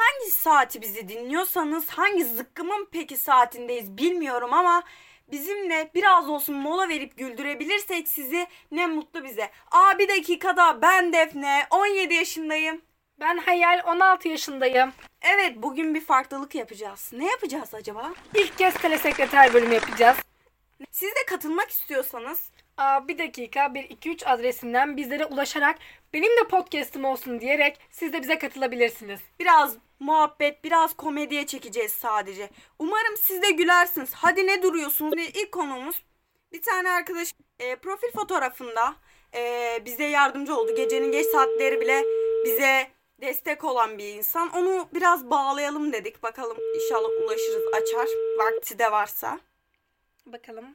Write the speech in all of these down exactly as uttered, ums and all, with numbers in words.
hangi saati bizi dinliyorsanız, hangi zıkkımın peki saatindeyiz bilmiyorum ama bizimle biraz olsun mola verip güldürebilirsek sizi ne mutlu bize. Aa bir dakikada ben Defne, on yedi yaşındayım. Ben Hayal, on altı yaşındayım. Evet, bugün bir farklılık yapacağız. Ne yapacağız acaba? İlk kez telesekreter bölümü yapacağız. Siz de katılmak istiyorsanız Aa, bir dakika bir iki üç adresinden bizlere ulaşarak benim de podcast'ım olsun diyerek siz de bize katılabilirsiniz. biraz muhabbet, biraz komediye çekeceğiz sadece. Umarım siz de gülersiniz. Hadi ne duruyorsunuz? İlk konumuz bir tane arkadaş e, profil fotoğrafında e, bize yardımcı oldu. Gecenin geç saatleri bile bize destek olan bir insan. Onu biraz bağlayalım dedik. Bakalım inşallah ulaşırız, açar. Vakti de varsa. Bakalım.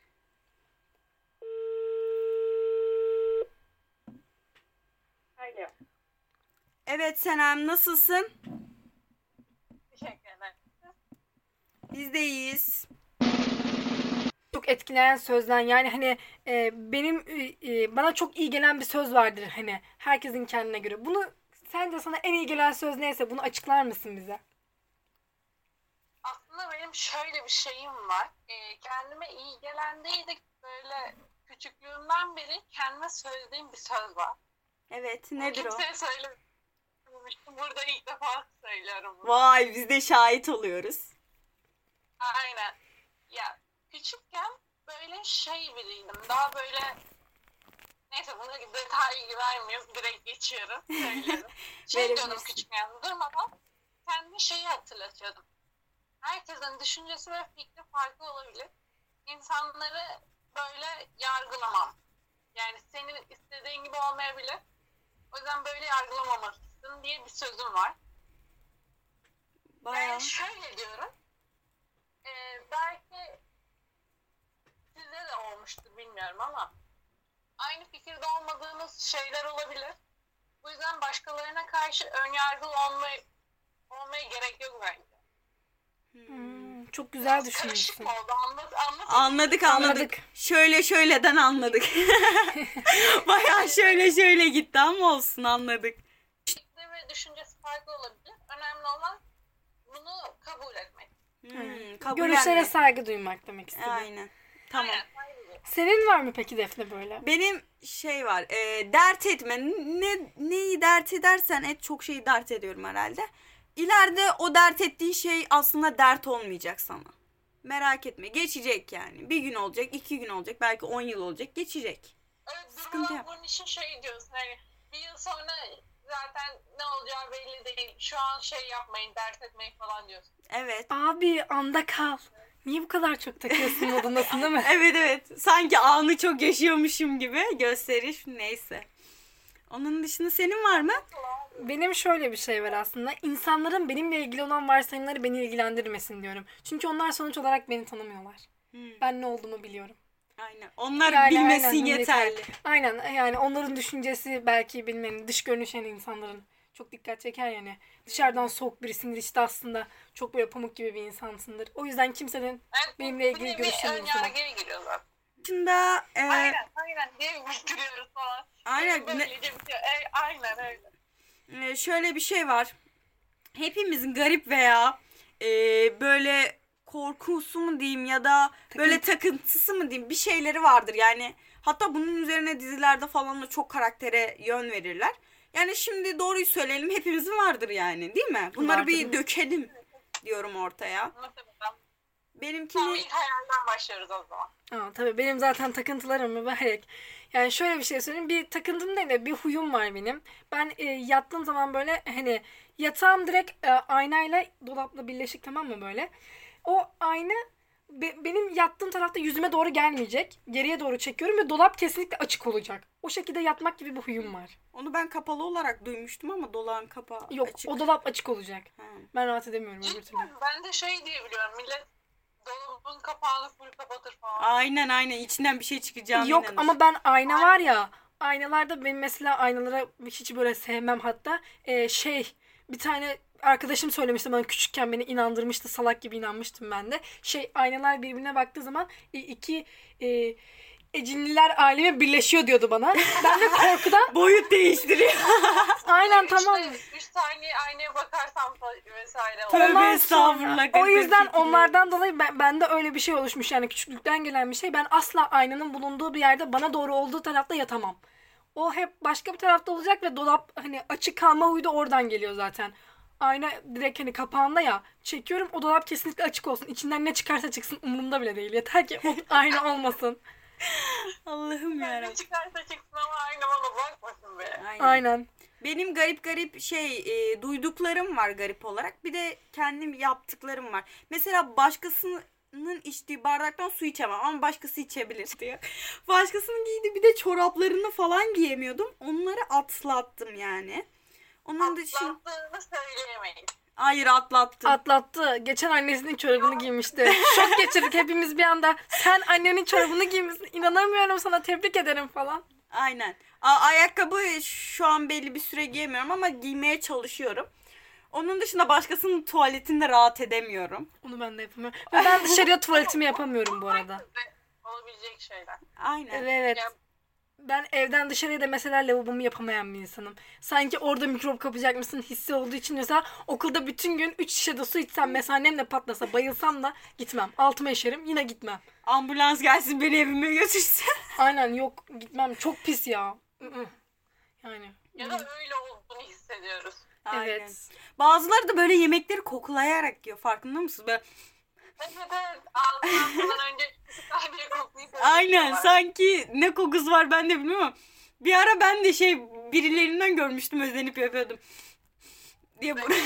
Alo. Evet Senem, nasılsın? Teşekkür ederim. Biz de iyiyiz. Çok etkileyen sözden yani hani e, benim e, e, bana çok iyi gelen bir söz vardır hani herkesin kendine göre. Bunu sence sana en iyi gelen söz neyse bunu açıklar mısın bize? Aslında benim şöyle bir şeyim var. Ee, kendime iyi gelen değil de böyle küçüklüğümden beri kendime söylediğim bir söz var. Evet, nedir o? Kimseye söylememiştim. Burada ilk defa söylüyorum bunu. Vay, biz de şahit oluyoruz. Aynen. Ya küçükken böyle şey biriydim. Daha böyle neyse bunu detay vermiyorum. Direkt geçiyorum. Söylüyorum. Şey diyordum Verebilirsin. küçükken durmadan kendime şeyi hatırlatıyordum. Herkesin düşüncesi ve fikri farklı olabilir. İnsanları böyle yargılamam. Yani senin istediğin gibi olmayabilir. O yüzden böyle yargılamamalısın diye bir sözüm var. Bayağı. Yani şöyle diyorum. E, belki size de olmuştur bilmiyorum ama aynı fikirde olmadığınız şeyler olabilir. Bu yüzden başkalarına karşı önyargılı olmaya, olmaya gerek yok bence. Hmm, çok güzel Karışık düşünmüşsün. mı oldu? Anlat, anlat. Anladık anladık. Anladık. Şöyle şöyleden anladık. Bayağı şöyle şöyle gitti ama olsun, anladık. Fikri ve düşüncesi farklı olabilir. Önemli olan bunu kabul etmek. Hmm, kabullenme. Görüşlere saygı duymak demek istedim. Aynen. Tamam. Aynen, saygı. Senin var mı peki Defne böyle? Benim şey var. E, dert etme. Ne neyi dert edersen et, çok şeyi dert ediyorum herhalde. İleride o dert ettiğin şey aslında dert olmayacak sana. Merak etme. Geçecek yani. Bir gün olacak, iki gün olacak, belki on yıl olacak. Geçecek. Evet, Sıkıntı durmadan yap. bunun için şey diyorsun hani bir yıl sonra zaten ne olacağı belli değil. Şu an şey yapmayın, dert etmeyin falan diyorsun. Evet. Abi anda kal. Niye bu kadar çok takıyorsun modundasın değil mi? Evet evet. Sanki anı çok yaşıyormuşum gibi gösteriş. Neyse. Onun dışında senin var mı? Benim şöyle bir şey var aslında. İnsanların benimle ilgili olan varsayımları beni ilgilendirmesin diyorum. Çünkü onlar sonuç olarak beni tanımıyorlar. Hmm, Ben ne olduğumu biliyorum. aynen. Onlar Yani bilmesin aynen, yeterli. Aynen yani onların düşüncesi belki bilmenin dış görünüşen insanların çok dikkat çeker yani. Dışarıdan soğuk birisindir işte aslında çok böyle pamuk gibi bir insansındır. O yüzden kimsenin Evet, benimle bu ilgili bir görüşlerini ön istemem. yargıya giriyor zaten. Dışında e, Aynen aynen diye bitiriyoruz falan. aynen. Böylece bitiyor. E, aynen öyle. e, şöyle bir şey var. Hepimizin garip veya e, böyle korkusu mu diyeyim ya da böyle takıntısı mı diyeyim bir şeyleri vardır yani. Hatta bunun üzerine dizilerde falan da çok karaktere yön verirler. Yani şimdi doğruyu söyleyelim, hepimizin vardır yani, değil mi? Bunları Vardır. bir dökelim diyorum ortaya. Muhtemelen. Tamam, Benimkini ilk hayalden başlıyoruz o zaman. Aa, tabii benim zaten takıntılarım mübarek. Yani şöyle bir şey söyleyeyim. Bir takıntım değil de bir huyum var benim. Ben e, yattığım zaman böyle hani yatağım direkt e, aynayla dolapla birleşik, tamam mı böyle? O ayna be- benim yattığım tarafta yüzüme doğru gelmeyecek. Geriye doğru çekiyorum ve dolap kesinlikle açık olacak. O şekilde yatmak gibi bir huyum var. onu ben kapalı olarak duymuştum ama dolağın kapağı Yok, açık. o dolap açık olacak. Ha. Ben rahat edemiyorum öbür türlü. Cidden ben de şey diye biliyorum. Millet dolabın kapağını full kapatır falan. Aynen aynen, içinden bir şey çıkacağına Yok inanır. ama ben ayna var ya, aynalarda benim mesela aynalara hiç böyle sevmem hatta. Ee, şey bir tane arkadaşım söylemişti bana küçükken, beni inandırmıştı, salak gibi inanmıştım ben de. Şey aynalar birbirine baktığı zaman e, iki e, e, cinliler alemi birleşiyor diyordu bana. Ben de korkudan Boyut değiştiriyor. aynen İşte tamam. üç saniye aynaya bakarsam fa- vesaire Tövbe olur. Ondan estağfurullah. sonra- o garip yüzden fikirler. onlardan dolayı ben, bende öyle bir şey oluşmuş yani küçüklükten gelen bir şey. Ben asla aynanın bulunduğu bir yerde bana doğru olduğu tarafta yatamam. O hep başka bir tarafta olacak ve dolap hani açık kalma huyu da oradan geliyor zaten. Ayna direkt hani kapağında ya. Çekiyorum o dolap kesinlikle açık olsun. İçinden ne çıkarsa çıksın umurumda bile değil. Yeter ki o ayna olmasın. Allah'ım Ne yarabbim. çıkarsa çıksın ama aynı bana bakmasın be. Aynen. Aynen. Benim garip garip şey e, duyduklarım var garip olarak. Bir de kendim yaptıklarım var. Mesela başkasının içtiği bardaktan su içemem ama başkası içebilir diyor. Başkasının giydiği bir de çoraplarını falan giyemiyordum. Onları atlattım yani. Onun dışında Atlattığını söyleyemeyiz. hayır atlattım. Atlattı. Geçen annesinin çorabını giymişti. Şok geçirdik hepimiz bir anda. Sen annenin çorabını giymişsin. İnanamıyorum sana tebrik ederim falan. Aynen. A- ayakkabı şu an belli bir süre giyemiyorum ama giymeye çalışıyorum. Onun dışında başkasının tuvaletinde rahat edemiyorum. Onu ben de yapamıyorum. Ve ben dışarıya tuvaletimi yapamıyorum bu arada. Herkese olabilecek şeyler. Aynen. Evet, evet. Ya- Ben evden dışarıya da mesela lavabomu yapamayan bir insanım. Sanki orada mikrop kapacakmışsın hissi olduğu için mesela okulda bütün gün üç şişe de su içsem mesela annemle patlasa bayılsam da gitmem. Altıma işerim yine gitmem. Ambulans gelsin beni evime götürsün. Aynen yok gitmem çok pis ya. I-ı. Yani Ya da öyle olduğunu hissediyoruz. Aynen. evet. Bazıları da böyle yemekleri kokulayarak yiyor. Farkında mısınız? Böyle, Evet evet. Ağzından falan önce iki saniye koklayıp öyle aynen yiyorlar. sanki ne kokusu var ben de bilmiyorum ama bir ara ben de şey birilerinden görmüştüm özenip yapıyordum. Diye bu.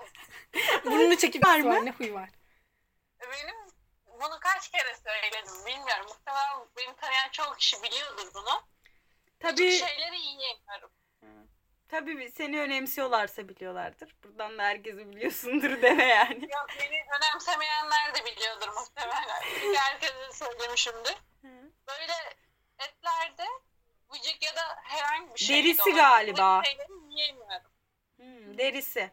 Burnunu çekip Var var, mı? var ne huyu var. Benim bunu kaç kere söyledim bilmiyorum. Muhtemelen beni tanıyan çok kişi biliyordur bunu. Tabii, Küçük şeyleri yiyemiyorum. tabii seni önemsiyorlarsa biliyorlardır. Buradan da herkesi biliyorsundur deme yani. Yok beni önemsemeyenler de biliyordur muhtemelen. Çünkü herkese söylemişimdir. Böyle etlerde vıcık ya da herhangi bir şey. Derisi de olabilir. galiba. Bu şeyleri yiyemiyorum. Hmm, derisi.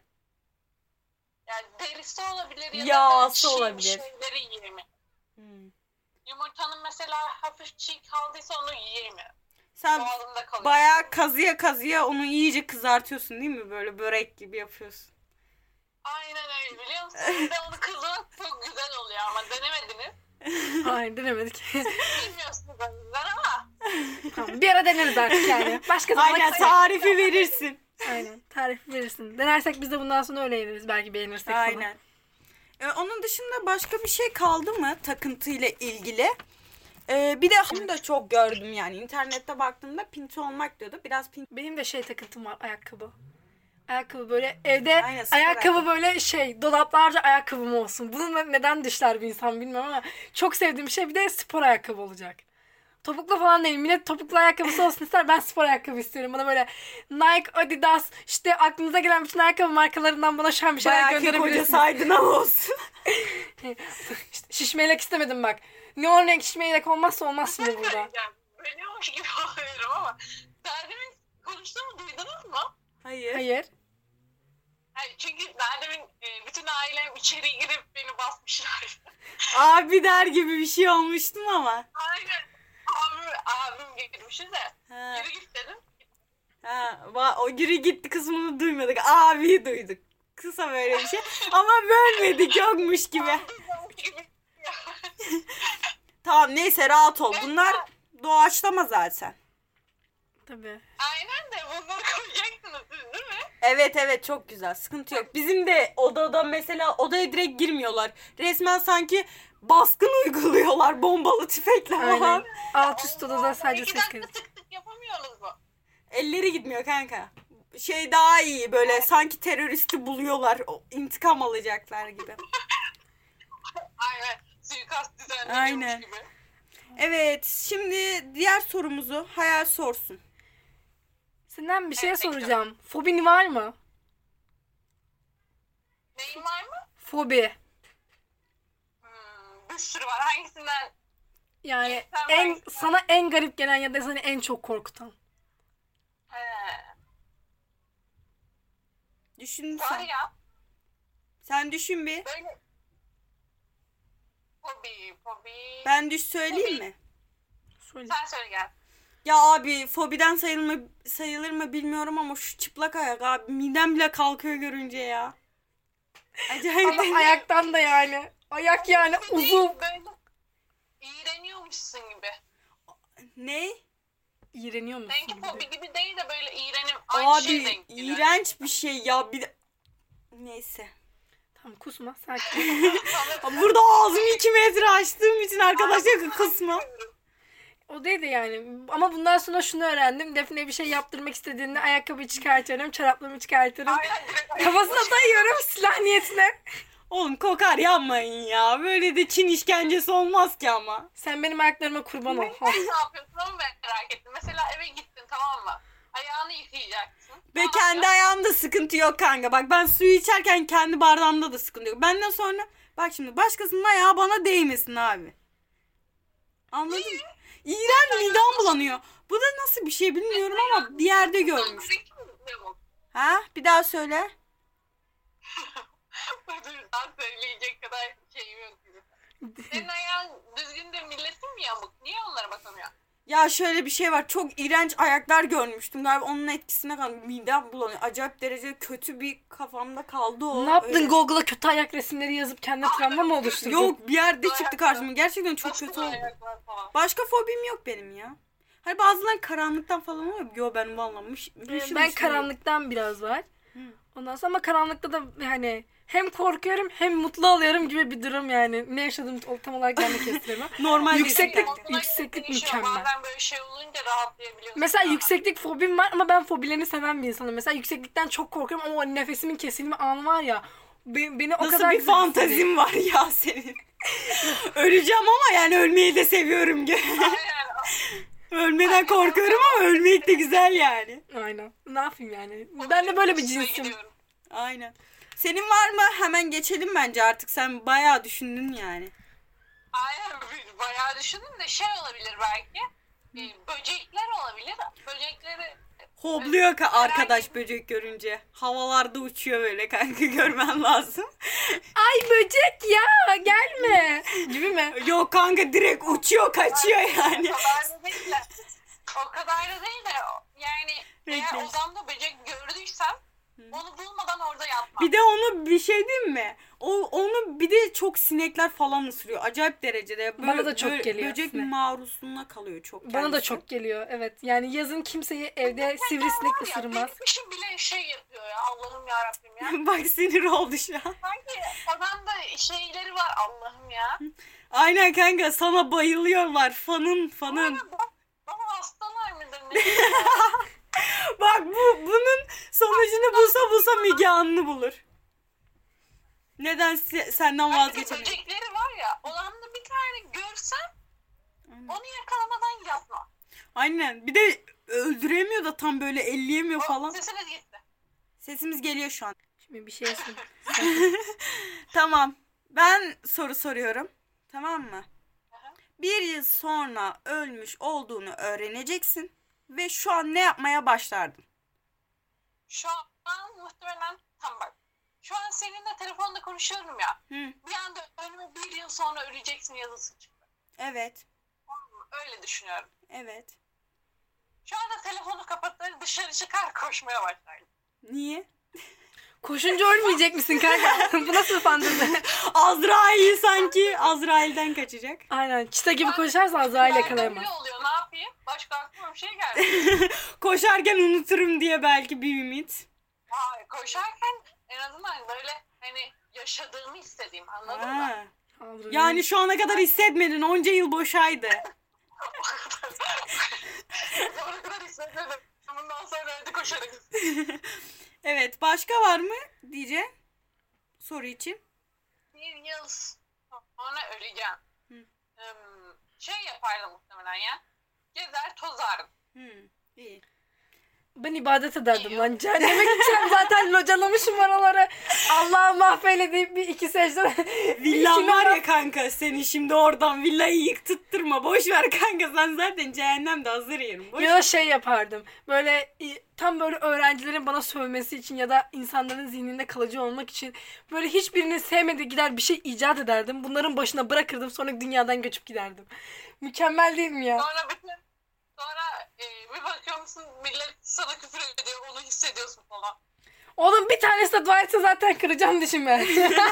Yani derisi olabilir ya Yağsı da çiğ olabilir. şeyleri yiyemiyorum. Hmm. Yumurtanın mesela hafif çiğ kaldıysa onu yiyemiyorum. Sen Boğazımda kalıyor. bayağı kazıya kazıya onu iyice kızartıyorsun değil mi? Böyle börek gibi yapıyorsun. Aynen öyle biliyor musun? Bir de onu kızmak çok güzel oluyor ama denemediniz. Hayır denemedik. Bilmiyorsunuz o yüzden ama. Tamam, bir ara deneriz artık yani. Başka zaman Aynen tarifi verirsin. Aynen tarif verirsin. Denersek biz de bundan sonra öyle yeriz belki beğenirsek falan. Aynen. Ee, onun dışında başka bir şey kaldı mı takıntıyla ilgili? Ee, bir de bunu da çok gördüm yani. İnternette baktığımda pinti olmak diyordu. Biraz pinti. Benim de şey takıntım var ayakkabı. Ayakkabı böyle evde Aynen, spor ayakkabı ayakkabı. böyle şey dolaplarca ayakkabım olsun. Bunu neden dışlar bir insan bilmiyorum ama çok sevdiğim şey bir de spor ayakkabı olacak. Topuklu falan değil. Millet topuklu ayakkabısı olsun ister. Ben spor ayakkabı istiyorum. Bana böyle Nike, Adidas işte aklınıza gelen bütün ayakkabı markalarından bana şu an bir şeyler Bayağı ki koca gönderebilirsiniz. saydın ama olsun. İşte şişmeylek istemedim bak. Neon renk şişmeylek olmazsa olmaz şimdi burada. Söyleyeceğim. Biliyormuş gibi oluyorum ama. Daha demin konuştuğumu duydunuz mu? Hayır. Hayır. Hayır, çünkü daha demin e, bütün ailem içeri girip beni basmışlar. Abi der gibi bir şey olmuştum ama. Aynen. Abim, abim girmişiz de. Ha, Yürü git dedim. ha, va- o yürü gitti kısmını duymadık. Abiyi duyduk. Kısa böyle bir şey. Ama bölmedik yokmuş gibi. gibi. Tamam neyse rahat ol. Bunlar doğaçlama zaten. Tabii. Aynen de bunları koyacaksınız siz değil mi? Evet evet çok güzel. Sıkıntı yok. Bizim de odada mesela odaya direkt girmiyorlar. Resmen sanki baskın uyguluyorlar bombalı tüfekle Aynen. falan. Alt üst odada sadece İki ses dakika geliyor. tık tık yapamıyorsunuz mu? Elleri gitmiyor kanka. Şey daha iyi böyle sanki teröristi buluyorlar. O, intikam alacaklar gibi. Aynen. Suikast düzenleniyormuş Aynen. gibi. Evet şimdi diğer sorumuzu Hayal sorsun. Senden bir şey Evet, soracağım. Fobin var mı? Neyin var mı? Fobi. Hmm, bir sürü var. Hangisinden? Yani Sen en hangisi? sana en garip gelen ya da seni en çok korkutan. He. Düşün Var sen. ya. Sen düşün bir. Böyle. Fobi, fobi. Ben düş söyleyeyim mi? Söyle. Sen söyle gel. Ya abi fobiden sayılır mı, sayılır mı bilmiyorum ama şu çıplak ayak abi midem bile kalkıyor görünce ya. Acayip. Ama ayaktan da yani. Ayak yani Fobi değil, uzun. Böyle iğreniyormuşsun gibi. Ne? İğreniyor musun? Seninki bir de? fobi gibi değil de böyle iğrenim. Aynı şey Abi denk geliyor. iğrenç bir şey ya bir de... Neyse. Tamam kusma sakin. Burada ağzımı iki metre açtığım için arkadaşlar kısma. O değil de yani. Ama bundan sonra şunu öğrendim. Defne bir şey yaptırmak istediğinde ayakkabıyı çıkartıyorum. Çoraplarımı çıkartıyorum. Aynen, direkt Kafasına dayıyorum silah niyetine. Oğlum kokar yapmayın ya. Böyle de Çin işkencesi olmaz ki ama. Sen benim ayaklarıma kurban ol. Sen ne yapıyorsun onu merak ettim. Mesela eve gittin, tamam mı? Ayağını yıkayacaksın. Ve Ne kendi yapacaksın? ayağımda sıkıntı yok kanka. Bak ben suyu içerken kendi bardağımda da sıkıntı yok. Benden sonra bak şimdi başkasının ayağı bana değmesin abi. Anladın mı? İğrenç midem bulanıyor. Bu da nasıl bir şey bilmiyorum ama bir yerde görmüş. Ha? Bir daha söyle. Dur, daha söyleyecek kadar şeyim yok gibi. Senin ayağın düzgün de milletin mi yamuk? Niye onlara bakamıyor? Ya şöyle bir şey var. Çok iğrenç ayaklar görmüştüm. Galiba onun etkisine kaldım. Midem bulanıyor. Acayip derecede kötü bir kafamda kaldı o. Ne yaptın Öyle. Google'a kötü ayak resimleri yazıp kendine travma mı oluşturdun? Yok bir yerde çıktı Ayaklar. karşıma. Gerçekten çok Nasıl kötü oldu. ayaklar falan? Başka fobim yok benim ya. Hani bazıları karanlıktan falan oluyor. Yo ben vallahi mış, Ee, mışıl Ben mışıl karanlıktan biraz var. Hı. Ondan sonra ama karanlıkta da hani hem korkuyorum hem mutlu oluyorum gibi bir durum yani. Ne yaşadığımı tam olarak ben de kestiremem. normal Yükseklik- değil. Moduna yükseklik değişiyor. mükemmel. Bazen böyle şey olunca rahatlayabiliyorsun. Mesela Ama yükseklik fobim var ama ben fobilerini seven bir insanım. Mesela yükseklikten çok korkuyorum ama o nefesimin kesilme anı var ya. be- Beni o Nasıl kadar bir güzel hissediyor. fantazin var ya senin. Öleceğim ama yani ölmeyi de seviyorum. Aynen. Ölmeden korkuyorum ama ölmek de güzel yani. Aynen. Ne yapayım yani? Ben de böyle bir Üstüne cinsim. gidiyorum. Aynen. Senin var mı? Hemen geçelim bence artık. Sen bayağı düşündün yani. Aynen, bayağı düşündüm de şey olabilir belki. e, Böcekler olabilir. Böcekleri Hobluyor ka- arkadaş böcek görünce. Havalarda uçuyor böyle kanka görmen lazım. Ay böcek ya gelme gibi mi? Yok kanka direkt uçuyor kaçıyor yani. o kadar da değil de o kadar da değil de yani eğer Peki. odamda böcek gördüysem onu bulmadan orada yatmam. Bir de onu bir şey diyeyim mi? O onu bir de çok sinekler falan ısırıyor. Acayip derecede. Böyle, Bana da çok böyle geliyor Böcek sinek. maruzluğuna kalıyor çok Bana da kendisi. çok geliyor evet. Yani yazın kimseyi evde Böcekler sivrisinek var ya, ısırmaz. Benim işim bile şey yapıyor ya, Allah'ım yarabbim ya. Bak sinir oldu şu an. Sanki odamda şeyleri var, Allah'ım ya. Aynen kanka sana bayılıyorlar. Fanın fanın. Bana, bana hastalar mıdır ne? Bak bu bunun sonucunu bulsa bulsa Müge Anlı bulur. Neden se- senden Hani vazgeçemiyorum? böcekleri var ya, odamda bir tane görsem onu yakalamadan yapma. Aynen. Bir de öldüremiyor da tam böyle elleyemiyor falan. Sesiniz gitti. Sesimiz geliyor şu an. Şimdi bir şey söyle. Tamam. Ben soru soruyorum. Tamam mı? Aha. Bir yıl sonra ölmüş olduğunu öğreneceksin. Ve şu an ne yapmaya başlardın? Şu an muhtemelen tam bak. Şu an seninle telefonda konuşuyorum ya. Hı, Bir anda önüme bir yıl sonra öleceksin yazısı çıktı. evet. Tamam mı? Öyle düşünüyorum. Evet. Şu anda telefonu kapatır, dışarı çıkar, koşmaya başlardım. Niye? Koşunca ölmeyecek misin kanka? Bu nasıl fantezi? Azrail sanki Azrail'den kaçacak. Aynen. Çita gibi koşarsa Azrail Bazen yakalayamaz. öyle oluyor, ne yapayım? Başka aklıma bir şey geldi. Koşarken unuturum diye belki bir ümit. Hayır, koşarken en azından böyle hani yaşadığımı istediğim, anladın mı? Ha. Yani şu ana kadar hissetmedin. Onca yıl boşaydı. Sonra kadar hissetmedim. Bundan sonra hadi koşarız. Evet. Başka var mı diyeceğim soru için? Bir yıl sonra öleceğim. Hı. Hmm, şey yapardım muhtemelen ya. Gezer tozardım. Hmm, iyi. Ben ibadet ederdim lan. Cehenneme gideceğim zaten localamışım oraları. Allah'ım mahveyle deyip bir iki secde. Villan İçine var bak. ya kanka seni şimdi oradan villayı yıktırtma. Boş ver kanka sen zaten cehennemde hazır yerim. Boş Ya da şey yapardım. Böyle i- tam böyle öğrencilerin bana sövmesi için ya da insanların zihninde kalıcı olmak için böyle hiçbirini sevmediği gider bir şey icat ederdim. Bunların başına bırakırdım sonra dünyadan göçüp giderdim. Mükemmel değil mi ya? Sonra bütün mısın? Millet sana küfür ediyor, onu hissediyorsun falan. Oğlum bir tanesi de dua etse zaten kıracağım dişimi.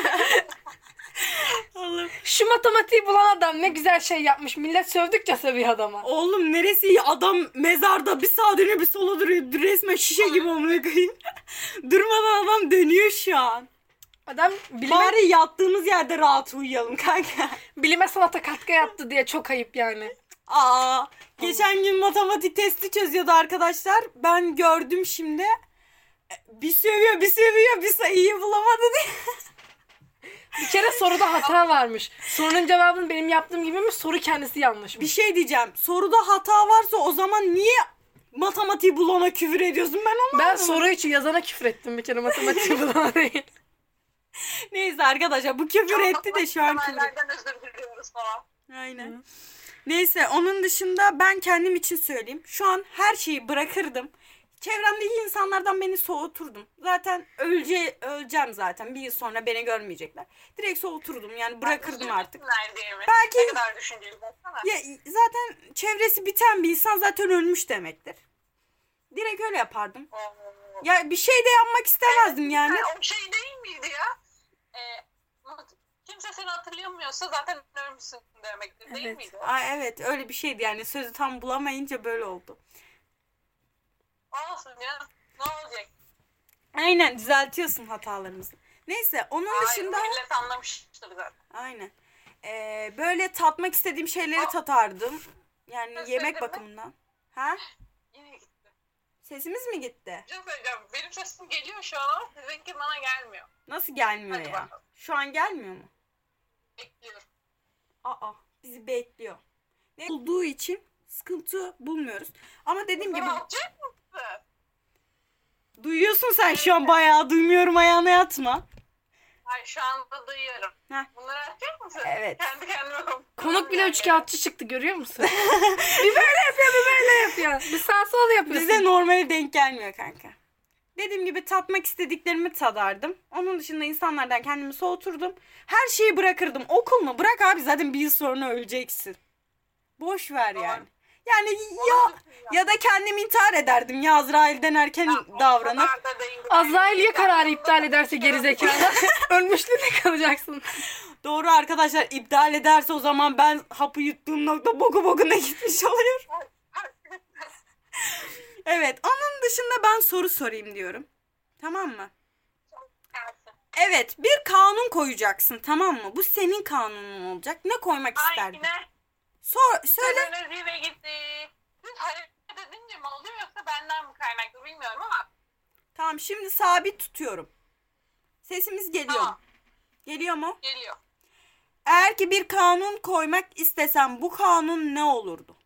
Oğlum. Şu matematiği bulan adam ne güzel şey yapmış. Millet sövdükçe sövüyor adama. Oğlum neresi iyi? Adam mezarda bir sağa dönüyor bir sola duruyor. Resmen şişe gibi amına koyayım. Durmadan adam dönüyor şu an. Adam bilime, Bari yattığımız yerde rahat uyuyalım kanka. bilime sanata katkı yaptı diye çok ayıp yani. Aa, geçen gün matematik testi çözüyordu arkadaşlar. Ben gördüm şimdi. Bir sövüyor, bir sövüyor, bir sayıyı bulamadı diye. Bir kere soruda hata varmış. Sorunun cevabını benim yaptığım gibi mi? Soru kendisi yanlış. Bir şey diyeceğim. Soruda hata varsa o zaman niye matematiği bulana küfür ediyorsun? Ben anlamadım. Ben soru için yazana küfür ettim bir kere matematiği bulana değil. Neyse arkadaşlar bu küfür etti de şu an küfür. Temellerden özür diliyoruz falan. Aynen. Hı. Neyse onun dışında ben kendim için söyleyeyim. Şu an her şeyi bırakırdım. Çevremdeki insanlardan beni soğuturdum. Zaten ölece öleceğim zaten. Bir yıl sonra beni görmeyecekler. Direkt soğuturdum. Yani bırakırdım artık. Diye mi? Belki- Ne kadar düşünceli baksana. Ya zaten çevresi biten bir insan zaten ölmüş demektir. Direkt öyle yapardım. Oo. Ya bir şey de yapmak istemezdim yani. Ha, o şey değil miydi ya? Ee, kimse seni hatırlayamıyorsa zaten ölmüşsün demektir değil Evet. miydi? Ay evet öyle bir şeydi yani. Sözü tam bulamayınca böyle oldu. Olsun ya. Ne olacak? Aynen düzeltiyorsun hatalarımızı. Neyse onun Hayır, dışında millet anlamıştır zaten. aynen. Ee, böyle tatmak istediğim şeyleri Aa. tatardım. Yani Ses yemek verdin mi? bakımından. Ha? Yine gitti. Sesimiz mi gitti? Bir şey söyleyeceğim. Benim sesim geliyor şu an ama sizinki bana gelmiyor. Nasıl gelmiyor Hadi ya? bakalım. Şu an gelmiyor mu? Bekliyorum. Aa bizi bekliyor. Ne olduğu için sıkıntı bulmuyoruz. Ama dediğim gibi Ne olacak mısın? duyuyorsun sen şu an bayağı duymuyorum ayağına yatma. Hayır şu anda duyuyorum. Heh. Bunları açacak mısın? Evet. Kendi kendime konuşuyorum. Konuk bile Yani. üçkağıtçı çıktı görüyor musun? bir böyle yapıyor bir böyle yapıyor. Bir sağ sol yapıyorsun. Bize normali denk gelmiyor kanka. Dediğim gibi tatmak istediklerimi tadardım. Onun dışında insanlardan kendimi soğuturdum. Her şeyi bırakırdım. Okul mu? Bırak abi zaten bir yıl sonra öleceksin. Boş ver yani. Yani ya ya da kendim intihar ederdim. Ya Azrail'den erken davranıp. Azrail ya kararı iptal ederse gerizekalı ölmüşlüğüne kalacaksın. Doğru arkadaşlar iptal ederse o zaman ben hapı yuttuğum nokta boku bokuna gitmiş oluyor. Evet onun dışında ben soru sorayım diyorum. Tamam mı? Evet bir kanun koyacaksın tamam mı? Bu senin kanunun olacak. Ne koymak isterdin? Aynen. Sor, söyle. Enerjiyle gitti. Siz hareket edince mi oluyor yoksa benden mi kaynaklı bilmiyorum ama. Tamam şimdi sabit tutuyorum. Sesimiz geliyor mu? Tamam. Geliyor mu? Geliyor. Eğer ki bir kanun koymak istesem bu kanun ne olurdu?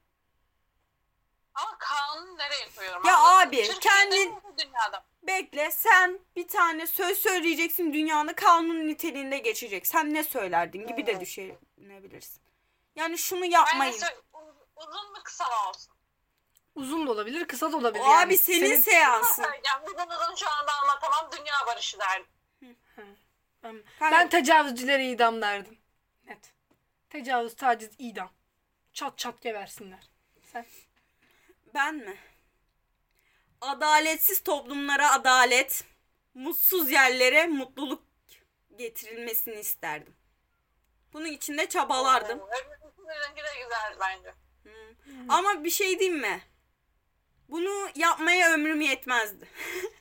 Ama kanunu nereye koyuyorum? Ya Anladın mı? abi, Türkiye'de kendin- mi, dünyada mı? Bekle sen bir tane söz söyleyeceksin dünyanın kanun niteliğinde geçecek. Sen ne söylerdin gibi de düşünebilirsin. Yani şunu Ben yapmayın. de sö- uz- uzun mu kısa mı olsun? Uzun da olabilir kısa da olabilir. O yani. abi senin, Senin- Ama seansın. söyleyeceğim. Uzun uzun şu anda anlatamam. Dünya barışı derdim. Ben, Kanka- ben tecavüzcülere idam derdim. Net. Tecavüz, taciz, idam. Çat çat gebersinler. Sen? Ben mi? Adaletsiz toplumlara adalet, mutsuz yerlere mutluluk getirilmesini isterdim. Bunun için de çabalardım. Öbürünki de güzel bence. Hmm. Ama bir şey diyeyim mi? Bunu yapmaya ömrüm yetmezdi.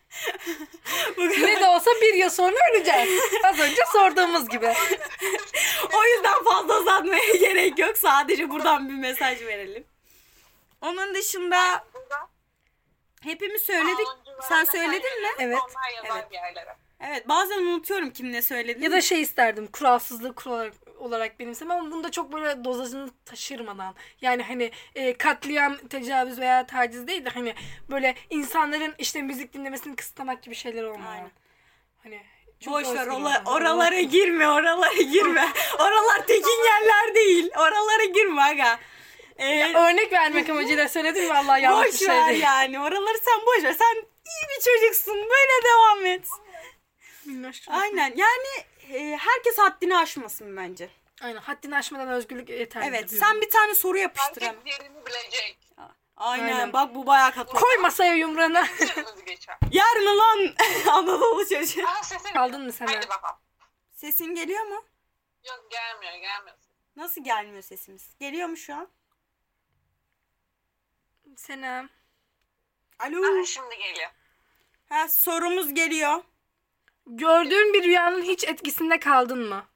Ne de olsa bir yıl sonra öleceğiz. Az önce sorduğumuz gibi. O yüzden fazla uzatmaya gerek yok. Sadece buradan bir mesaj verelim. Onun dışında Burada hepimiz söyledik. kanunculara Sen mesaj söyledin mi? veriyoruz, Evet. Onlar yazar Evet. bir yerlere. Evet bazen unutuyorum kim ne söyledi. Ya da şey isterdim. Kuralsızlığı kural olarak, olarak benimsem ama bunda çok böyle dozajını taşırmadan. Yani hani e, katliam, tecavüz veya taciz değil de hani böyle insanların işte müzik dinlemesini kısıtlamak gibi şeyler olmayan. Aynen. Hani çok Boş ver özgür ola- olsun. oralara girme oralara girme. Oralar tekin yerler değil. Oralara girme aga. Ee, Örnek vermek amacıyla söyledim vallahi yanlış bir boş şey ver değil. yani. Oraları sen boş ver. Sen iyi bir çocuksun. Böyle devam et. Minnoş. Aynen. Yani e, herkes haddini aşmasın bence. Aynen. Haddini aşmadan özgürlük yeterli. Evet. diyorum. Sen bir tane soru yapıştır hemen. Herkes yerini bilecek. Aynen, Aynen. bak bu bayağı katı. Koy masaya yumruğunu. Sözümüz geçer. Yer mi lan Anadolu çocuğu? Aa, sesin Kaldın mı sen? Hadi bakalım. Sesin geliyor mu? Yok, gelmiyor gelmiyor. Nasıl gelmiyor sesimiz? Geliyor mu şu an? Senem. Alo. Aa, şimdi geliyor. Ha, sorumuz geliyor. Gördüğün bir rüyanın hiç etkisinde kaldın mı?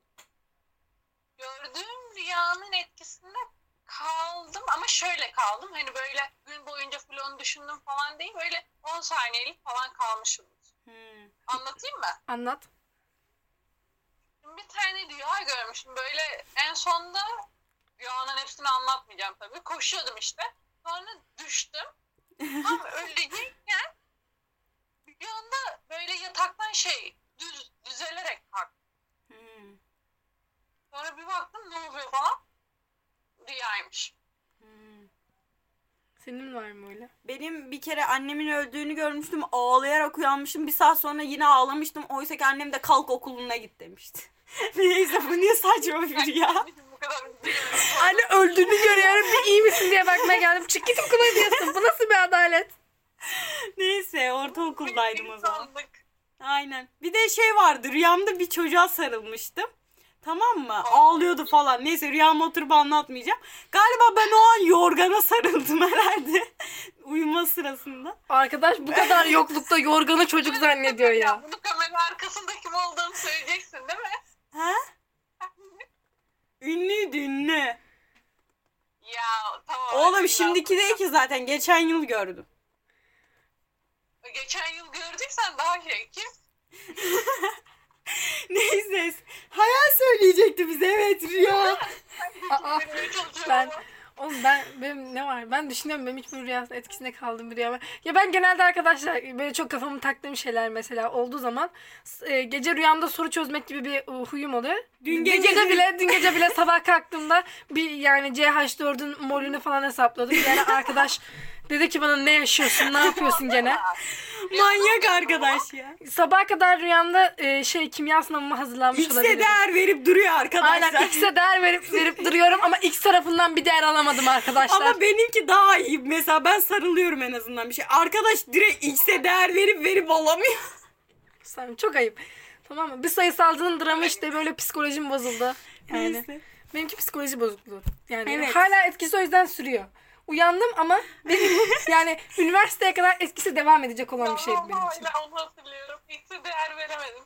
Gördüğüm rüyanın etkisinde kaldım ama şöyle kaldım. Hani böyle gün boyunca full onu düşündüm falan değil. Böyle on saniyelik falan kalmışımdır. Hmm. Anlatayım mı? Anlat. Bir tane rüya görmüştüm. Böyle en sonda rüyanın hepsini anlatmayacağım tabii. Koşuyordum işte. Sonra düştüm. Tam ölecekken bir anda böyle yataktan şey düz düzelerek kalktım. Hmm. Sonra bir baktım ne oluyor falan. Rüyaymış. Hmm. Senin var mı öyle? Benim bir kere annemin öldüğünü görmüştüm. Ağlayarak uyanmıştım. Bir saat sonra yine ağlamıştım. Oysa ki annem de kalk okuluna git demişti. Neyse, bu niye saçma bir rüya? Bu kadar üzülüyorum. Anne öldüğünü görüyorum. Bir iyi misin diye bakmaya geldim. Çık git okula diyorsun. Bu nasıl bir adalet? Neyse, ortaokuldaydım o zaman. İnsanlık. Aynen. Bir de şey vardı, rüyamda bir çocuğa sarılmıştım. Tamam mı? Ağlıyordu falan. Neyse, rüyamı oturup anlatmayacağım. Galiba ben o an yorgana sarıldım herhalde. Uyuma sırasında. Arkadaş bu kadar yoklukta yorganı çocuk zannediyor ya. Bunu kamera arkasında kim olduğunu söyleyeceksin değil mi? Ha? Ünlüydü, ünlü. Ya tamam. Oğlum şimdiki değil ki zaten. Geçen yıl gördüm. Geçen yıl gördüysen daha şey kim? Neyse. Hayal söyleyecekti bize. Evet, rüya. Aa, Bilmeye çalışıyorum ben ama. oğlum ben benim ne var? Ben düşünüyorum benim hiç bu rüyasının etkisinde kaldığım bir rüya var. Ya ben genelde arkadaşlar böyle çok kafamı taktığım şeyler mesela olduğu zaman e, gece rüyamda soru çözmek gibi bir e, huyum oluyor. Dün Dün gece- gece bile dün gece bile sabah kalktığımda bir yani C H dördün molünü falan hesapladım. Yani arkadaş dedi ki bana ne yaşıyorsun? Ne yapıyorsun gene? Manyak arkadaş ya. Sabaha kadar rüyamda e, şey kimya sınavıma hazırlanmış X'e olabilirim. değer verip duruyor arkadaşlar. Aynen X'e değer verip verip duruyorum ama X tarafından bir değer alamadım arkadaşlar. Ama benimki daha iyi. Mesela ben sarılıyorum en azından bir şey. Arkadaş direkt X'e değer verip verip alamıyor. Sen çok ayıp. Tamam mı? Bir sayısalcının dramı işte böyle psikolojim bozuldu. Yani Neyse. benimki psikoloji bozukluğu. Yani Evet. hala etkisi o yüzden sürüyor. Uyandım ama benim yani üniversiteye kadar etkisi devam edecek olan bir şeydi benim için. Hala onu hatırlıyorum. Hiç de değer veremedim.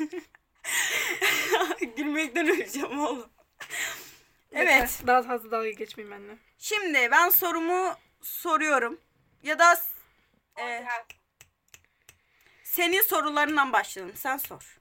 Gülmekten öleceğim oğlum. Evet. Yeter, daha fazla dalga geçmeyeyim benimle. Şimdi ben sorumu soruyorum. Ya da e, Gel. senin sorularından başlayalım. Sen sor.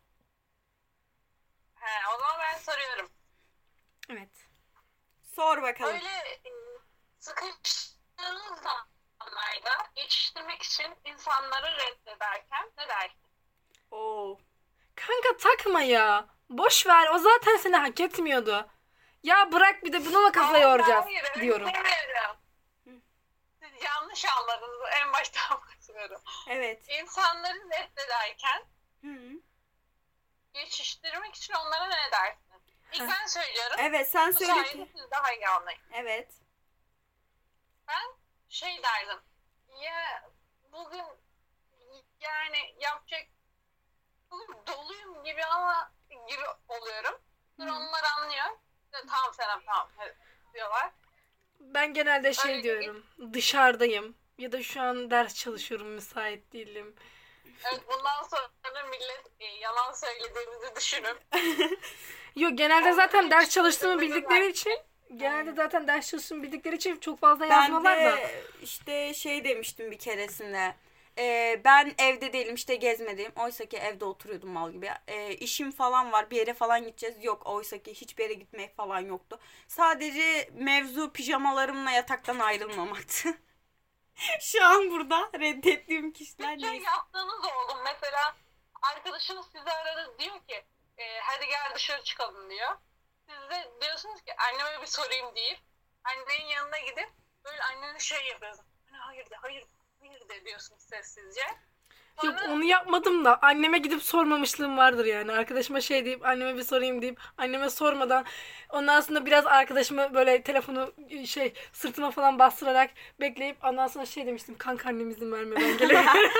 He, o zaman ben soruyorum. Evet. Sor bakalım. Öyle e, sıkıştığınız zamanlarda geçiştirmek için insanları reddederken ne dersin? Oo. Kanka takma ya. Boş ver. O zaten seni hak etmiyordu. Ya bırak bir de bunu mu kafa yoracağız Hayır, öyle diyorum. demiyorum. Siz yanlış anladınız. En baştan başlıyorum. Evet. İnsanları reddederken Hı. geçiştirmek için onlara ne dersin? İlk ben söylüyorum. Evet, sen Bu söyle sayede ki. siz daha iyi anlayın. Evet. Ben şey derdim. Ya bugün yani yapacak bugün doluyum gibi ama gibi oluyorum. Sonra onlar anlıyor. İşte, tamam Senem tamam hadi diyorlar. Ben genelde şey Öyle diyorum. Dışarıdayım. Ya da şu an ders çalışıyorum. Müsait değilim. Evet, bundan sonra millet e, yalan söylediğimizi düşünüp Yok genelde zaten ders çalıştığımı Çok bildikleri güzel. için genelde zaten ders çalıştığımı bildikleri için çok fazla Ben yazmalar da. de işte şey demiştim bir keresinde. Ee, ben evde değilim, işte gezmedeyim. Oysa ki evde oturuyordum mal gibi. Ee, işim falan var, bir yere falan gideceğiz. Yok, oysa ki hiçbir yere gitmek falan yoktu. Sadece mevzu pijamalarımla yataktan ayrılmamaktı. Şu an burada reddettiğim kişiler bir şey neyse. yaptığınız oldu. Mesela arkadaşınız sizi aradı diyor ki e, hadi gel dışarı çıkalım diyor. Siz de diyorsunuz ki anneme bir sorayım deyip annenin yanına gidip böyle annene şey yapıyorsunuz. Hani hayır de hayır hayır de diyorsunuz sessizce. Yok Sonra onu yapmadım da anneme gidip sormamışlığım vardır yani. Arkadaşıma şey deyip anneme bir sorayım deyip anneme sormadan ondan sonra biraz arkadaşımı böyle telefonu şey sırtıma falan bastırarak bekleyip ondan sonra şey demiştim. Kanka annem izin vermiyor ben gelemiyorum.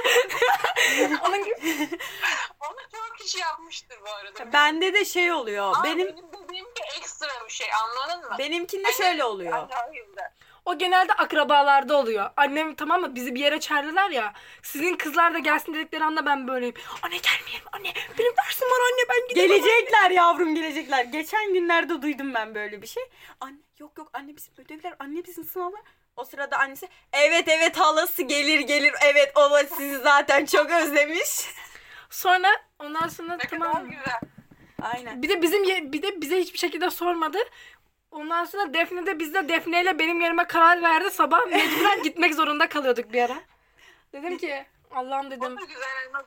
Onun gibi. onu çok kişi yapmıştır bu arada. Bende de şey oluyor. Ama Benim benim dediğim bir ekstra bir şey, anladın mı? benimkinde şöyle oluyor. Acayip. O genelde akrabalarda oluyor. Annem tamam mı bizi bir yere çağırdılar ya. Sizin kızlar da gelsin dedikleri anda ben böyleyim. Anne gelmeyelim anne. Benim dersim var anne ben gidemem. Gelecekler yavrum, gelecekler. Geçen günlerde duydum ben böyle bir şey. Anne yok yok anne bizim ödevler, anne bizim sınavlar. O sırada annesi evet evet halası gelir gelir. Evet o da sizi zaten çok özlemiş. Sonra ondan sonra Ne tamam kadar mı? güzel. Aynen. Bir de bizim ye- bir de bize hiçbir şekilde sormadı. Ondan sonra Defne de biz de Defne ile benim yerime karar verdi. Sabah mecburen gitmek zorunda kalıyorduk bir ara. Dedim ki Allah'ım O dedim. da güzel.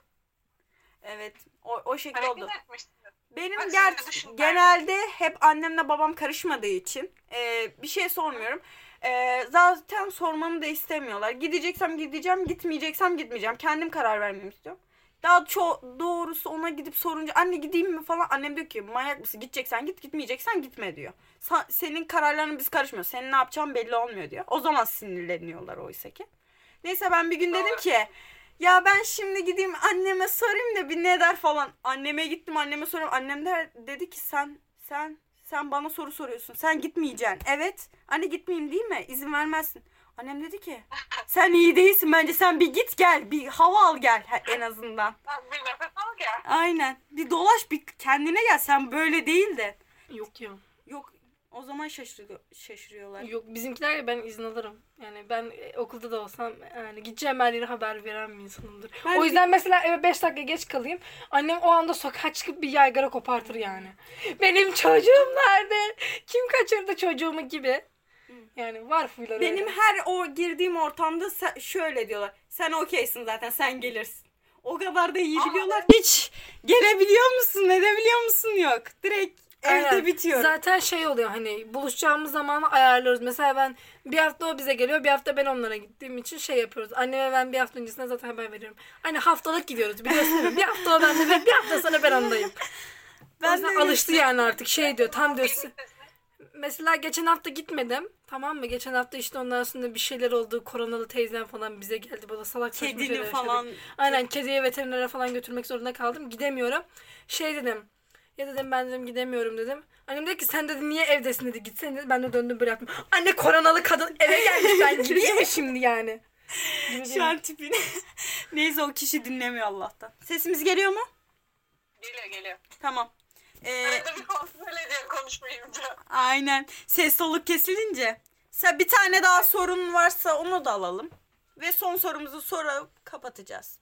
Evet o, o şekilde oldu. Hareket etmişsin. Benim Bak, ger siz de düşünün. genelde hep annemle babam karışmadığı için e, bir şey sormuyorum. E, zaten sormamı da istemiyorlar. Gideceksem gideceğim, gitmeyeceksem gitmeyeceğim. Kendim karar vermemi istiyorum. Daha ço- doğrusu ona gidip sorunca anne gideyim mi falan, annem diyor ki manyak mısın, gideceksen git, gitmeyeceksen gitme diyor. Sa- senin kararlarına biz karışmıyoruz. Senin ne yapacağın belli olmuyor diyor. O zaman sinirleniyorlar oysa ki. Neyse ben bir gün dedim Doğru. ki ya ben şimdi gideyim anneme sorayım da bir ne der falan. Anneme gittim, anneme soruyorum. Annem de dedi ki sen sen sen bana soru soruyorsun. Sen gitmeyeceksin. Evet. Anne gitmeyeyim değil mi? İzin vermezsin. Annem dedi ki sen iyi değilsin bence, sen bir git gel. Bir hava al gel ha- en azından. Sen bir nefes al gel. Aynen. Bir dolaş, bir kendine gel. Sen böyle değil de. Yok ya. Yok o zaman şaşırıyor, şaşırıyorlar. Yok bizimkiler ya ben izin alırım. Yani ben e, okulda da olsam yani gideceğim her yere haber veren bir insanımdır. Ben o yüzden mesela eve beş dakika geç kalayım. Annem o anda sokağa çıkıp bir yaygara kopartır yani. Benim çocuğum nerede? Kim kaçırdı çocuğumu gibi. Yani var huyları Benim öyle. her o girdiğim ortamda se- şöyle diyorlar. Sen okeysin zaten, sen gelirsin. O kadar da iyi Ama- biliyorlar. Hiç gelebiliyor musun, edebiliyor musun yok. Direkt evde Aynen. bitiyor. Zaten şey oluyor hani buluşacağımız zamanı ayarlıyoruz. Mesela ben bir hafta o bize geliyor, bir hafta ben onlara gittiğim için şey yapıyoruz. Anneme ben bir hafta öncesinde zaten haber veriyorum. Hani haftalık gidiyoruz biliyorsun değil mi? Bir hafta o bende, bir hafta sonra ben ondayım. Ben o de yüzden öyle alıştı yani artık şey diyor tam diyor. Birliktesin. Mesela geçen hafta gitmedim. Tamam mı? Geçen hafta işte ondan sonra bir şeyler oldu. Koronalı teyzem falan bize geldi. Bana salak saçma Kedini şeyler falan. yaşadık. Aynen kediye veterinere falan götürmek zorunda kaldım. Gidemiyorum. Şey dedim. Ya dedim ben dedim gidemiyorum dedim. Annem dedi ki sen dedi niye evdesin dedi. Gitsene dedi. Ben de döndüm böyle yaptım. Anne koronalı kadın eve gelmiş ben gideyim mi şimdi yani? Şu an tipini. Neyse o kişi dinlemiyor Allah'tan. Sesimiz geliyor mu? Geliyor geliyor. Tamam. Ee, Arada bir kontrol ediyor konuşmayınca. aynen. Ses soluk kesilince. Sen bir tane daha sorun varsa onu da alalım. Ve son sorumuzu sorup kapatacağız.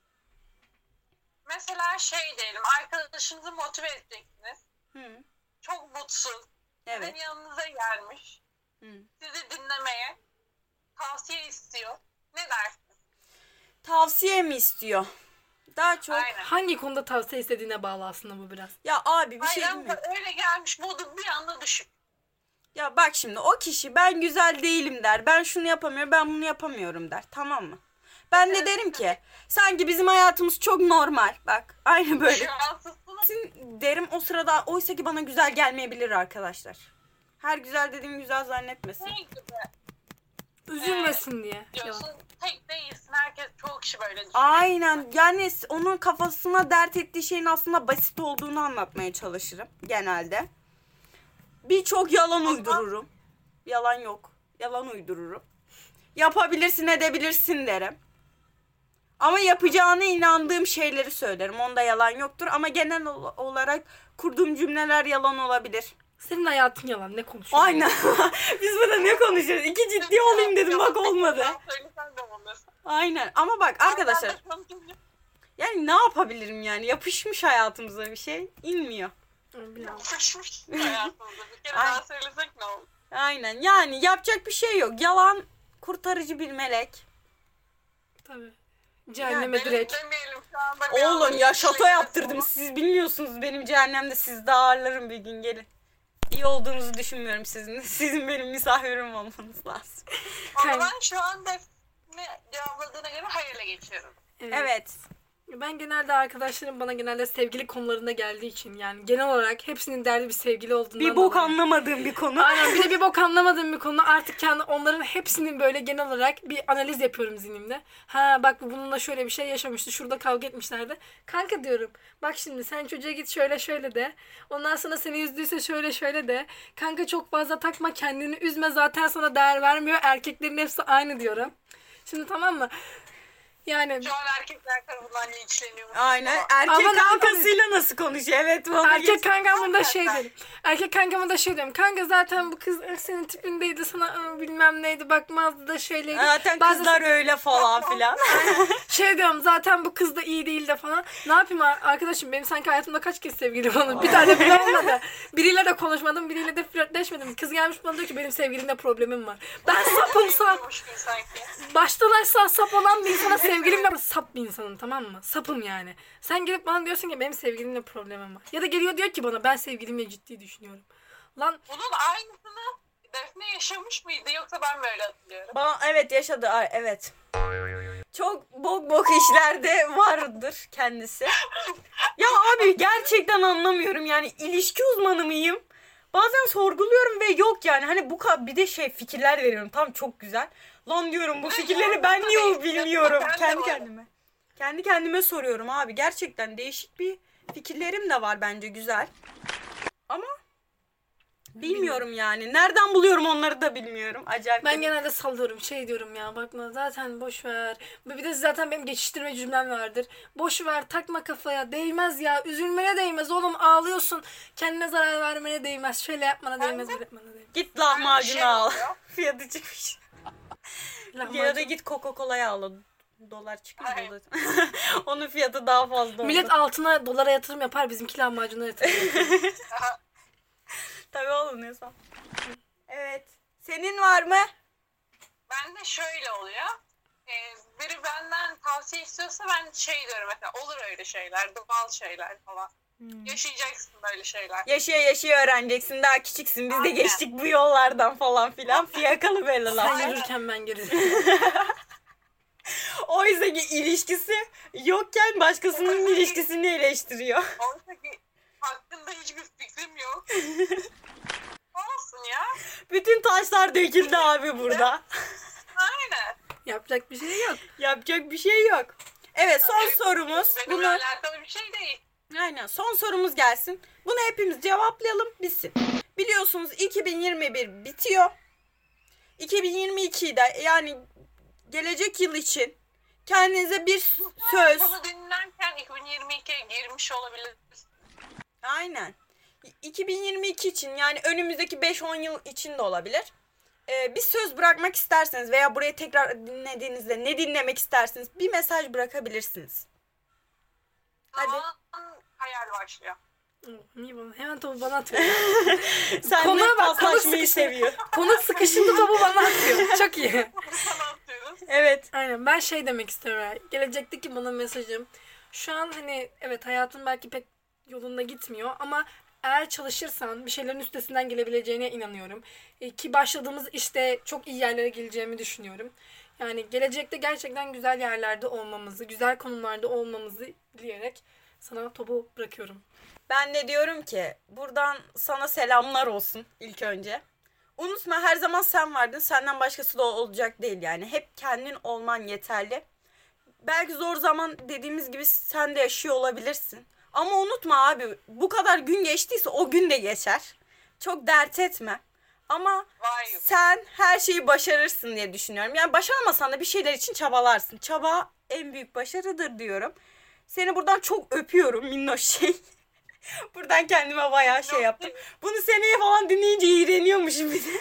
Mesela şey diyelim, arkadaşınızı motive edeceksiniz. Hı. Çok mutsuz. Evet. Sizin yanınıza gelmiş. Hı. Sizi dinlemeye tavsiye istiyor. Ne dersiniz? Tavsiye mi istiyor? Daha çok. Aynen. Hangi konuda tavsiye istediğine bağlı aslında bu biraz. Ya abi bir şey Hayır, değil mi? ama öyle gelmiş, modu bir anda düşük. Ya bak şimdi o kişi ben güzel değilim der. Ben şunu yapamıyorum, ben bunu yapamıyorum der. Tamam mı? Ben de derim ki sanki bizim hayatımız çok normal. Bak aynı böyle. Şu an sustunuz. Derim o sırada, oysa ki bana güzel gelmeyebilir arkadaşlar. Her güzel dediğim güzel zannetmesin. Ne gibi Üzülmesin diye. diyorsun, Yalan. tek değilsin. Herkes, çoğu kişi böyle düşünüyor. Aynen, yani onun kafasına dert ettiği şeyin aslında basit olduğunu anlatmaya çalışırım genelde. Birçok yalan uydururum. Yalan yok. Yalan uydururum. Yapabilirsin, edebilirsin derim. Ama yapacağına inandığım şeyleri söylerim. Onda yalan yoktur ama genel ol- olarak kurduğum cümleler yalan olabilir. Senin hayatın yalan ne konuşuyorsun? Aynen. Biz burada ne konuşuyoruz? İki ciddi olayım dedim, bak olmadı. Ben söylesem de olur. Aynen ama bak arkadaşlar, Ben de konuşunca- yani ne yapabilirim yani? Yapışmış hayatımıza bir şey, inmiyor. Bilmiyorum. Yapışmış hayatımızda. Bir kere Ay. daha söylesek ne olur? Aynen, yani yapacak bir şey yok. Yalan kurtarıcı bir melek. Tabii. Cehenneme Benim direkt. demeyelim şu anda. bir Oğlum anda ya şato işleyelim. yaptırdım. Siz bilmiyorsunuz benim cehennemde, siz de ağırlarım bir gün, gelin. İyi olduğunuzu düşünmüyorum sizin. Sizin benim misafirim olmanız lazım. O zaman şu anda ne cevapladığına göre hayırla geçiyorum. Evet. Ben genelde arkadaşlarım bana genelde sevgili konularında geldiği için yani genel olarak hepsinin derdi bir sevgili olduğundan Bir bok dolayı. anlamadığım bir konu. Aynen, bir de bir bok anlamadığım bir konu, artık kendi onların hepsinin böyle genel olarak bir analiz yapıyorum zihnimde. Ha bak, bu bununla şöyle bir şey yaşamıştı, şurada kavga etmişlerdi. Kanka diyorum, bak şimdi sen çocuğa git şöyle şöyle de. Ondan sonra seni üzdüyse şöyle şöyle de. Kanka çok fazla takma, kendini üzme, zaten sana değer vermiyor. Erkeklerin hepsi aynı diyorum. Şimdi tamam mı? Yani Şu an erkekler tarafından linçleniyor. Aynen. Ama Erkek Ama ne kankasıyla nasıl konuşuyor? Evet. Onu erkek geç- kankamın da şey dedim. Erkek kankamın da şey dedim. Kanka zaten bu kız senin tipindeydi, sana ıı, bilmem neydi, bakmazdı da şöyleydi. Zaten Bazı- kızlar öyle falan filan. Şey diyorum, zaten bu kız da iyi değil de falan. Ne yapayım ar- arkadaşım, benim sanki hayatımda kaç kez sevgilim oldu. Bir tane bile olmadı. Biriyle de konuşmadım, biriyle de flörtleşmedim. Kız gelmiş bana diyor ki benim sevgilimle problemim var. Ben sapım sap. Seviyormuş gibi sanki. Baştan aşağı sap olan bir insana sevgilimle sap bir insanım, tamam mı? Sapım yani. Sen gelip bana diyorsun ki benim sevgilimle problemim var. Ya da geliyor diyor ki bana ben sevgilimle ciddi düşünüyorum. Lan Bunun aynısını Defne yaşamış mıydı yoksa ben böyle hatırlıyorum. Bana, evet yaşadı. Ay, evet. Çok bok bok işlerde vardır kendisi. Ya abi gerçekten anlamıyorum yani, ilişki uzmanı mıyım? Bazen sorguluyorum ve yok yani, hani bu ka- bir de şey fikirler veriyorum, tam çok güzel. Lan diyorum, bu fikirleri ben niye bilmiyorum Ben de kendi varım. kendime. Kendi kendime soruyorum abi, gerçekten değişik bir fikirlerim de var, bence güzel. Ama bilmiyorum yani, nereden buluyorum onları da bilmiyorum. Acayip. ben de- genelde sallıyorum, şey diyorum ya, bakma zaten boş ver. Bir de zaten benim geçiştirme cümlem vardır. Boş ver, takma kafaya, değmez ya, üzülmene değmez oğlum, ağlıyorsun. Kendine zarar vermene değmez. Şöyle yapmana değmez, böyle yapmana değmez. Git lahmacun şey al. oluyor. Fiyatı çıkmış. Ya da Lahmacun. git Coca-Cola'yı al. Dolar çıkıyor. Aynen. dolar. Onun fiyatı daha fazla oldu. Millet altına dolara yatırım yapar, bizimki lahmacuna yatırım yapar. Tabii oğlum, ne san. Evet. Senin var mı? Ben de şöyle oluyor. Ee, biri benden tavsiye istiyorsa ben şey diyorum mesela, olur öyle şeyler, doğal şeyler falan. Yaşayacaksın böyle şeyler. Yaşaya yaşaya öğreneceksin. Daha küçüksün. Biz de Aynen. geçtik bu yollardan falan filan. Fiyakalı böyle Sen laflar. yürürken ben geri. Oysa ki ilişkisi yokken başkasının ilişkisini eleştiriyor. Oysa ki hakkında hiçbir fikrim yok. Olsun ya. Bütün taşlar döküldü abi burada. Aynen. Yapacak bir şey yok. Yapacak bir şey yok. Evet, son Benim- sorumuz. Benimle Bunu alakalı bir şey değil. Aynen, son sorumuz gelsin. Bunu hepimiz cevaplayalım, bitsin. Biliyorsunuz iki bin yirmi bir bitiyor. iki bin yirmi iki'de yani gelecek yıl için kendinize bir söz. Bunu dinlerken iki bin yirmi ikiye girmiş olabilir. Aynen. iki bin yirmi iki için, yani önümüzdeki beş on yıl için de olabilir. Ee, bir söz bırakmak isterseniz veya burayı tekrar dinlediğinizde ne dinlemek istersiniz, bir mesaj bırakabilirsiniz. Hadi. Zaman hayal başlıyor. Niye bana? Hemen topu bana atıyor. Sen Konuya de bak, konu paslaşmayı sıkıştı. seviyor. Konu sıkışınca topu bana atıyor. Çok iyi. Sana atıyoruz. Evet. Aynen, ben şey demek istiyorum. Gelecekteki bana mesajım. Şu an hani evet, hayatın belki pek yolunda gitmiyor ama eğer çalışırsan bir şeylerin üstesinden gelebileceğine inanıyorum. E, ki başladığımız işte çok iyi yerlere geleceğimi düşünüyorum. Yani gelecekte gerçekten güzel yerlerde olmamızı, güzel konumlarda olmamızı dileyerek sana topu bırakıyorum. Ben de diyorum ki buradan sana selamlar olsun ilk önce. Unutma, her zaman sen vardın. Senden başkası da olacak değil yani. Hep kendin olman yeterli. Belki zor zaman dediğimiz gibi sen de yaşıyor olabilirsin. Ama unutma abi, bu kadar gün geçtiyse o gün de geçer. Çok dert etme. Ama Vay. sen her şeyi başarırsın diye düşünüyorum. Yani başaramasan da bir şeyler için çabalarsın. Çaba en büyük başarıdır diyorum. Seni buradan çok öpüyorum minnoş şey. Buradan kendime bayağı şey yaptım. Bunu seneye falan dinleyince iğreniyormuşum bir de.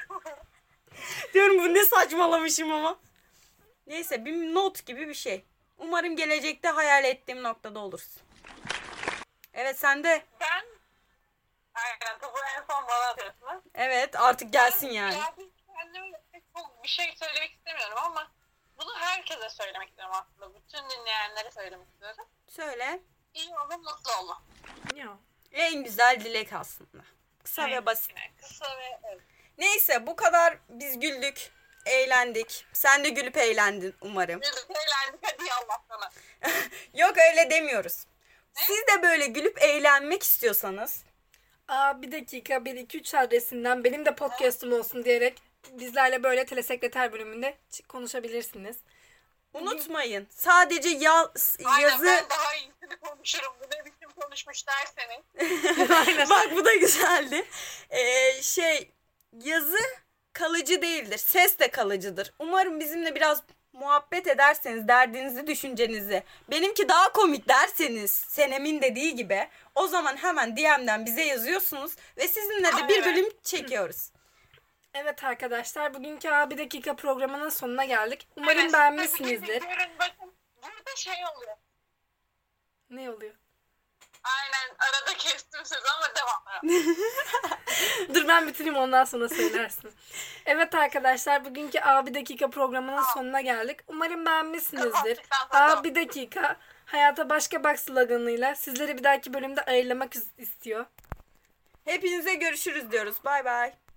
Diyorum bu ne saçmalamışım ama. Neyse, bir not gibi bir şey. Umarım gelecekte hayal ettiğim noktada olursun. Evet, sen de. Ben aynen topu en son bana atıyorsun. Evet, artık gelsin yani. Ya biz kendime çok bir şey söylemek istemiyorum ama bunu herkese söylemek istiyorum aslında. Bütün dinleyenlere söylemek istiyorum. Söyle. İyi olun, mutlu olun. Ya. En güzel dilek aslında. Kısa ve basit. Yani kısa ve evet. Neyse, bu kadar biz güldük. eğlendik. Sen de gülüp eğlendin umarım. Güldük eğlendik hadi Allah sana. Yok öyle demiyoruz. Siz de böyle gülüp eğlenmek istiyorsanız Aa, bir dakika bir iki üç adresinden benim de podcast'ım olsun diyerek bizlerle böyle telesekreter bölümünde ç- konuşabilirsiniz. unutmayın. Sadece ya- Aynen yazı ben daha iyisini konuşurum. Bu ne biçim konuşmuş derseniz. bak bu da güzeldi. Ee, şey yazı kalıcı değildir. Ses de kalıcıdır. Umarım bizimle biraz muhabbet ederseniz derdinizi, düşüncenizi, benimki daha komik derseniz Senem'in dediği gibi o zaman hemen D M'den bize yazıyorsunuz ve sizinle de bir bölüm çekiyoruz. Evet arkadaşlar bugünkü Abi Dakika programının sonuna geldik. Umarım Evet, beğenmişsinizdir. Görün bakın burada şey oluyor. Ne oluyor? Aynen arada kestim sözü ama devam. Dur ben bitireyim ondan sonra söylersin. Evet arkadaşlar bugünkü Abi Dakika programının sonuna geldik. Umarım beğenmişsinizdir. Kapattıktan sonra Abi Dakika hayata başka bak sloganıyla sizleri bir dahaki bölümde ayırlamak istiyor. Hepinize görüşürüz diyoruz. Bay bay.